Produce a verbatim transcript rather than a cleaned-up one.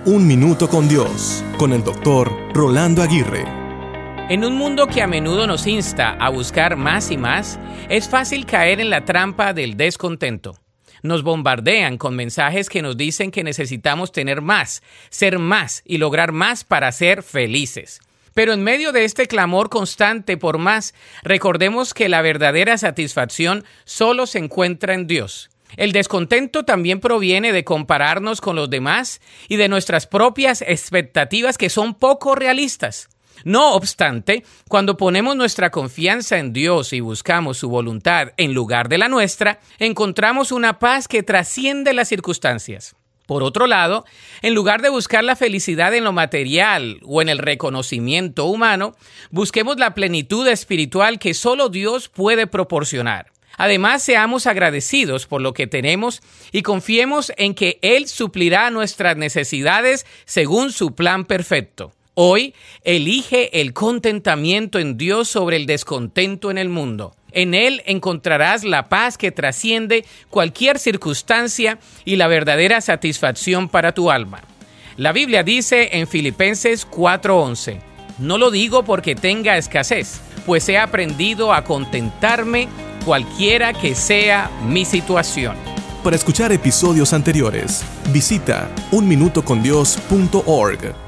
Un Minuto con Dios, con el doctor Rolando Aguirre. En un mundo que a menudo nos insta a buscar más y más, es fácil caer en la trampa del descontento. Nos bombardean con mensajes que nos dicen que necesitamos tener más, ser más y lograr más para ser felices. Pero en medio de este clamor constante por más, recordemos que la verdadera satisfacción solo se encuentra en Dios. El descontento también proviene de compararnos con los demás y de nuestras propias expectativas que son poco realistas. No obstante, cuando ponemos nuestra confianza en Dios y buscamos su voluntad en lugar de la nuestra, encontramos una paz que trasciende las circunstancias. Por otro lado, en lugar de buscar la felicidad en lo material o en el reconocimiento humano, busquemos la plenitud espiritual que solo Dios puede proporcionar. Además, seamos agradecidos por lo que tenemos y confiemos en que Él suplirá nuestras necesidades según su plan perfecto. Hoy, elige el contentamiento en Dios sobre el descontento en el mundo. En Él encontrarás la paz que trasciende cualquier circunstancia y la verdadera satisfacción para tu alma. La Biblia dice en Filipenses cuatro once, no lo digo porque tenga escasez, pues he aprendido a contentarme cualquiera que sea mi situación. Para escuchar episodios anteriores, visita un minuto con dios punto org.